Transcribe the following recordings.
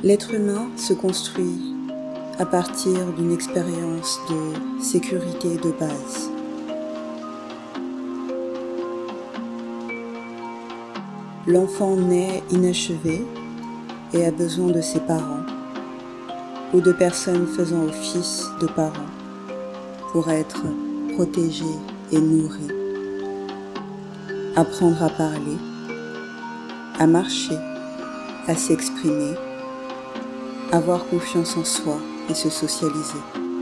L'être humain se construit à partir d'une expérience de sécurité de base. L'enfant naît inachevé et a besoin de ses parents ou de personnes faisant office de parents pour être protégé et nourri. Apprendre à parler, à marcher, à s'exprimer, avoir confiance en soi et se socialiser.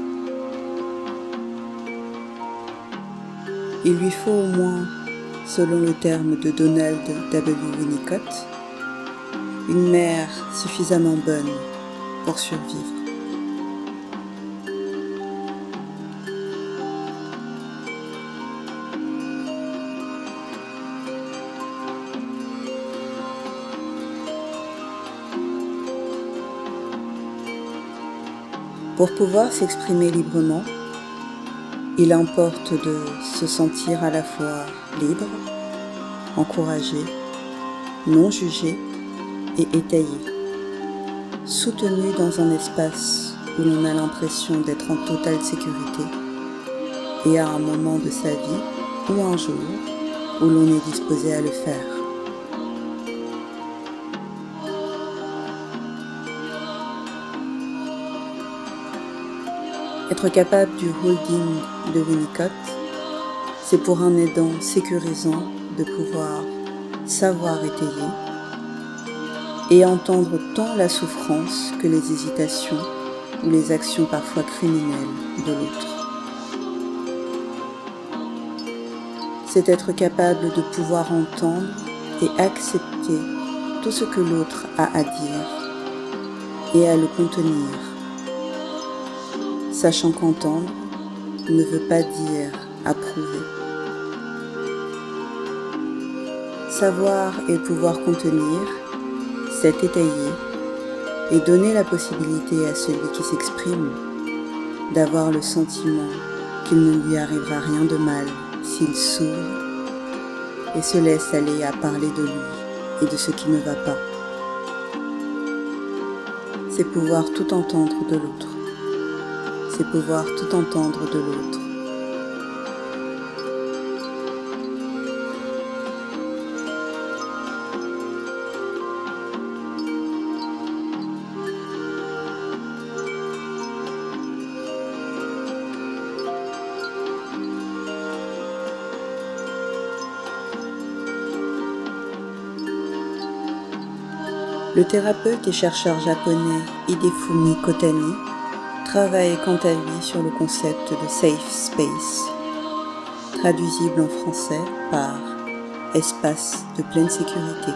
Il lui faut au moins, selon le terme de Donald W. Winnicott, une mère suffisamment bonne pour survivre. Pour pouvoir s'exprimer librement, il importe de se sentir à la fois libre, encouragé, non jugé et étayé, soutenu dans un espace où l'on a l'impression d'être en totale sécurité et à un moment de sa vie ou un jour où l'on est disposé à le faire. Être capable du holding de Winnicott, c'est pour un aidant sécurisant de pouvoir savoir étayer et entendre tant la souffrance que les hésitations ou les actions parfois criminelles de l'autre. C'est être capable de pouvoir entendre et accepter tout ce que l'autre a à dire et à le contenir, sachant qu'entendre ne veut pas dire approuver. Savoir et pouvoir contenir, c'est étayer et donner la possibilité à celui qui s'exprime d'avoir le sentiment qu'il ne lui arrivera rien de mal s'il s'ouvre et se laisse aller à parler de lui et de ce qui ne va pas. C'est pouvoir tout entendre de l'autre. C'est pouvoir tout entendre de l'autre. Le thérapeute et chercheur japonais Hidefumi Kotani travaille quant à lui sur le concept de safe space, traduisible en français par espace de pleine sécurité.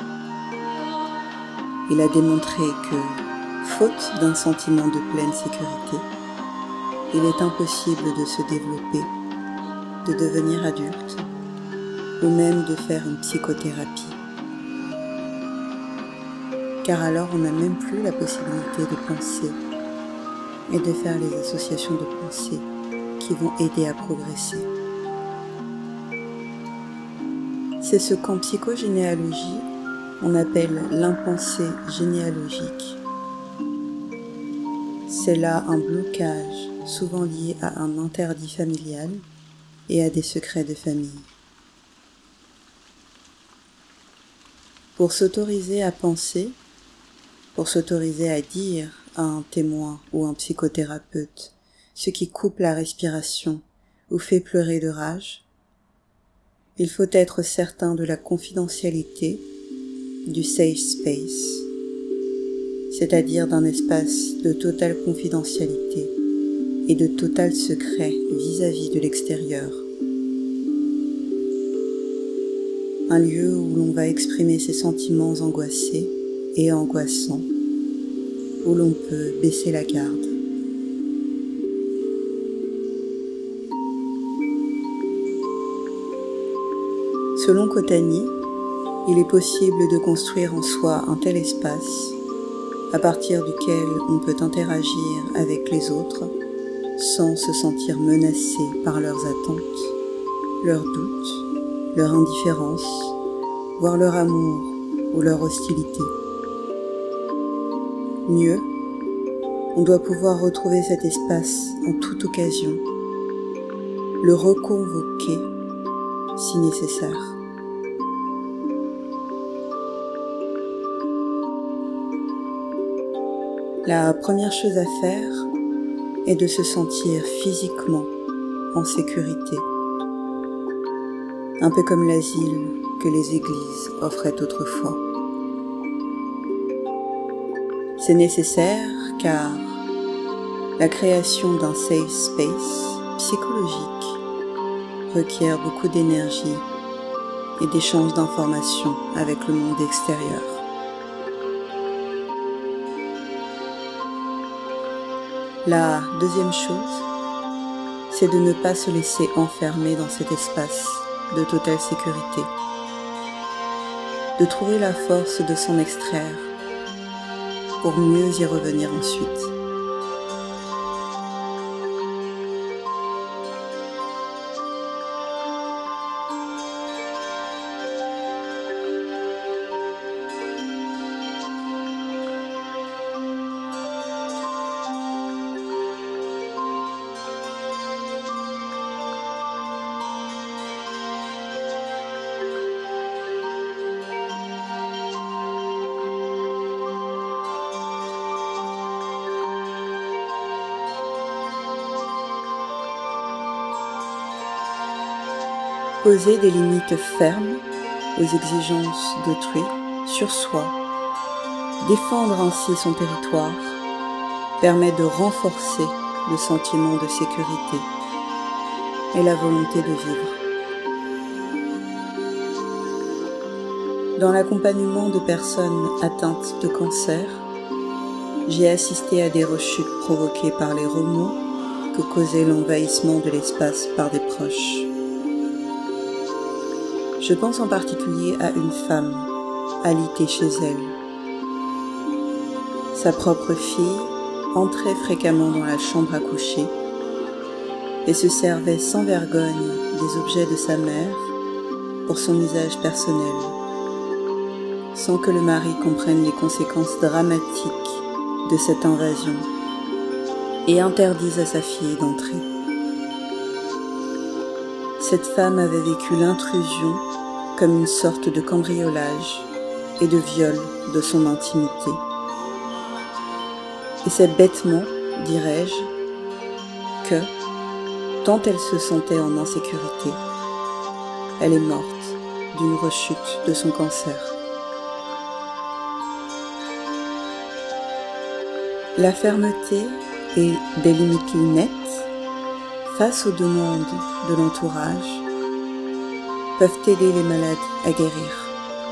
Il a démontré que, faute d'un sentiment de pleine sécurité, il est impossible de se développer, de devenir adulte, ou même de faire une psychothérapie. Car alors on n'a même plus la possibilité de penser et de faire les associations de pensée qui vont aider à progresser. C'est ce qu'en psychogénéalogie, on appelle l'impensé généalogique. C'est là un blocage, souvent lié à un interdit familial et à des secrets de famille. Pour s'autoriser à penser, pour s'autoriser à dire à un témoin ou un psychothérapeute ce qui coupe la respiration ou fait pleurer de rage, il faut être certain de la confidentialité du safe space, c'est-à-dire d'un espace de totale confidentialité et de total secret vis-à-vis de l'extérieur. Un lieu où l'on va exprimer ses sentiments angoissés et angoissants, où l'on peut baisser la garde. Selon Kotani, il est possible de construire en soi un tel espace à partir duquel on peut interagir avec les autres sans se sentir menacé par leurs attentes, leurs doutes, leur indifférence, voire leur amour ou leur hostilité. Mieux, on doit pouvoir retrouver cet espace en toute occasion, le reconvoquer si nécessaire. La première chose à faire est de se sentir physiquement en sécurité, un peu comme l'asile que les églises offraient autrefois. C'est nécessaire car la création d'un safe space psychologique requiert beaucoup d'énergie et d'échanges d'informations avec le monde extérieur. La deuxième chose, c'est de ne pas se laisser enfermer dans cet espace de totale sécurité, de trouver la force de s'en extraire pour mieux y revenir ensuite. Poser des limites fermes aux exigences d'autrui sur soi, défendre ainsi son territoire, permet de renforcer le sentiment de sécurité et la volonté de vivre. Dans l'accompagnement de personnes atteintes de cancer, j'ai assisté à des rechutes provoquées par les remords que causait l'envahissement de l'espace par des proches. Je pense en particulier à une femme alitée chez elle. Sa propre fille entrait fréquemment dans la chambre à coucher et se servait sans vergogne des objets de sa mère pour son usage personnel, sans que le mari comprenne les conséquences dramatiques de cette invasion et interdise à sa fille d'entrer. Cette femme avait vécu l'intrusion comme une sorte de cambriolage et de viol de son intimité. Et c'est bêtement, dirais-je, que, tant elle se sentait en insécurité, elle est morte d'une rechute de son cancer. La fermeté et des limites nettes face aux demandes de l'entourage peuvent aider les malades à guérir.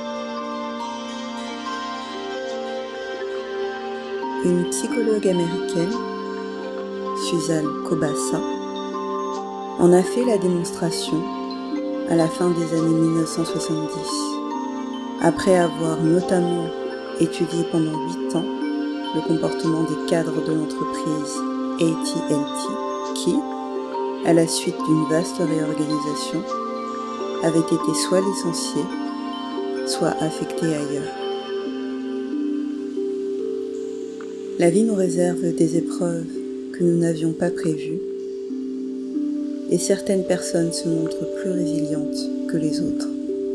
Une psychologue américaine, Suzanne Kobassa, en a fait la démonstration à la fin des années 1970, après avoir notamment étudié pendant 8 ans le comportement des cadres de l'entreprise AT&T qui, à la suite d'une vaste réorganisation, avaient été soit licenciés, soit affectés ailleurs. La vie nous réserve des épreuves que nous n'avions pas prévues, et certaines personnes se montrent plus résilientes que les autres.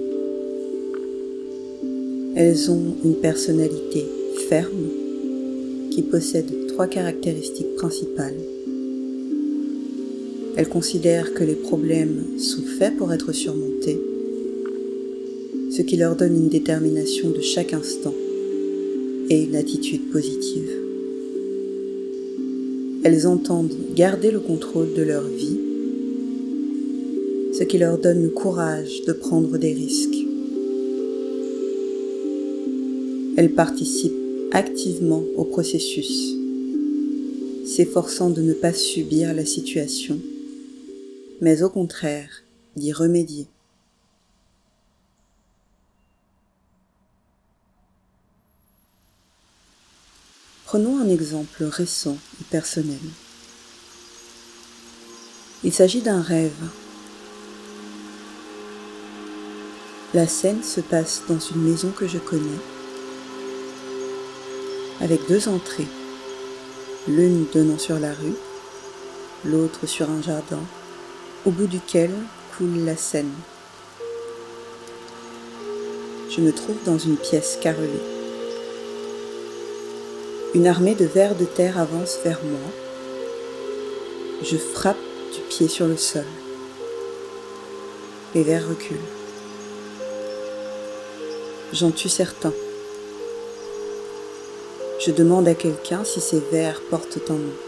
Elles ont une personnalité ferme qui possède 3 caractéristiques principales. Elles considèrent que les problèmes sont faits pour être surmontés, ce qui leur donne une détermination de chaque instant et une attitude positive. Elles entendent garder le contrôle de leur vie, ce qui leur donne le courage de prendre des risques. Elles participent activement au processus, s'efforçant de ne pas subir la situation, mais au contraire d'y remédier. Prenons un exemple récent et personnel. Il s'agit d'un rêve. La scène se passe dans une maison que je connais. avec 2 entrées, l'une donnant sur la rue, l'autre sur un jardin, au bout duquel coule la Seine. Je me trouve dans une pièce carrelée. Une armée de vers de terre avance vers moi. Je frappe du pied sur le sol. Les vers reculent. J'en tue certains. Je demande à quelqu'un si ces vers portent un nom.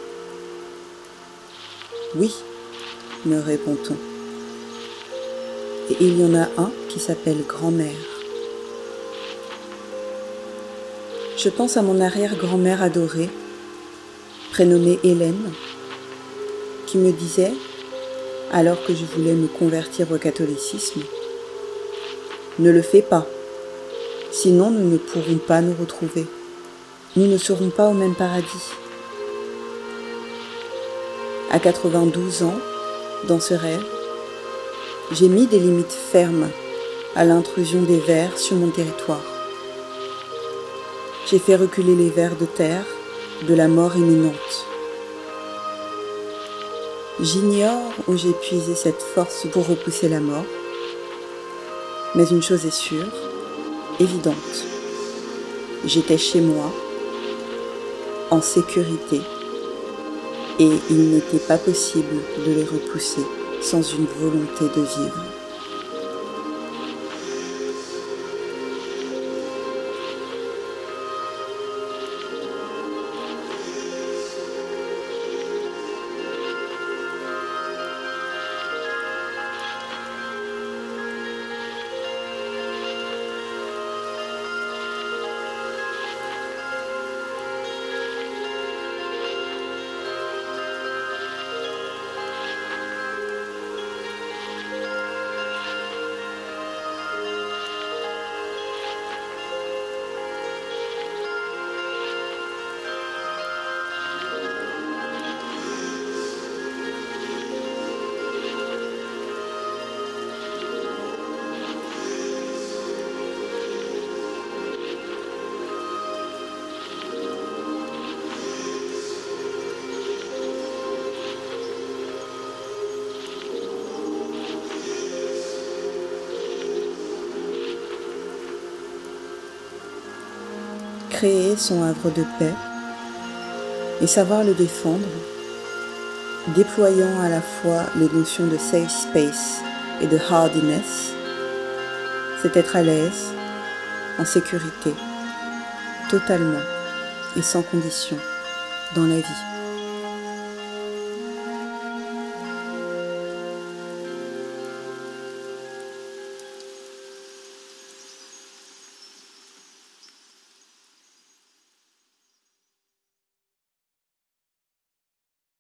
Oui, me répond-on. Et il y en a un qui s'appelle grand-mère. Je pense à mon arrière-grand-mère adorée, prénommée Hélène, qui me disait, alors que je voulais me convertir au catholicisme, « Ne le fais pas, sinon nous ne pourrons pas nous retrouver. Nous ne serons pas au même paradis. » À 92 ans, dans ce rêve, j'ai mis des limites fermes à l'intrusion des vers sur mon territoire. J'ai fait reculer les vers de terre de la mort imminente. J'ignore où j'ai puisé cette force pour repousser la mort, mais une chose est sûre, évidente. J'étais chez moi, en sécurité, et il n'était pas possible de les repousser sans une volonté de vivre. Créer son havre de paix et savoir le défendre, déployant à la fois les notions de safe space et de hardiness, c'est être à l'aise, en sécurité, totalement et sans condition dans la vie.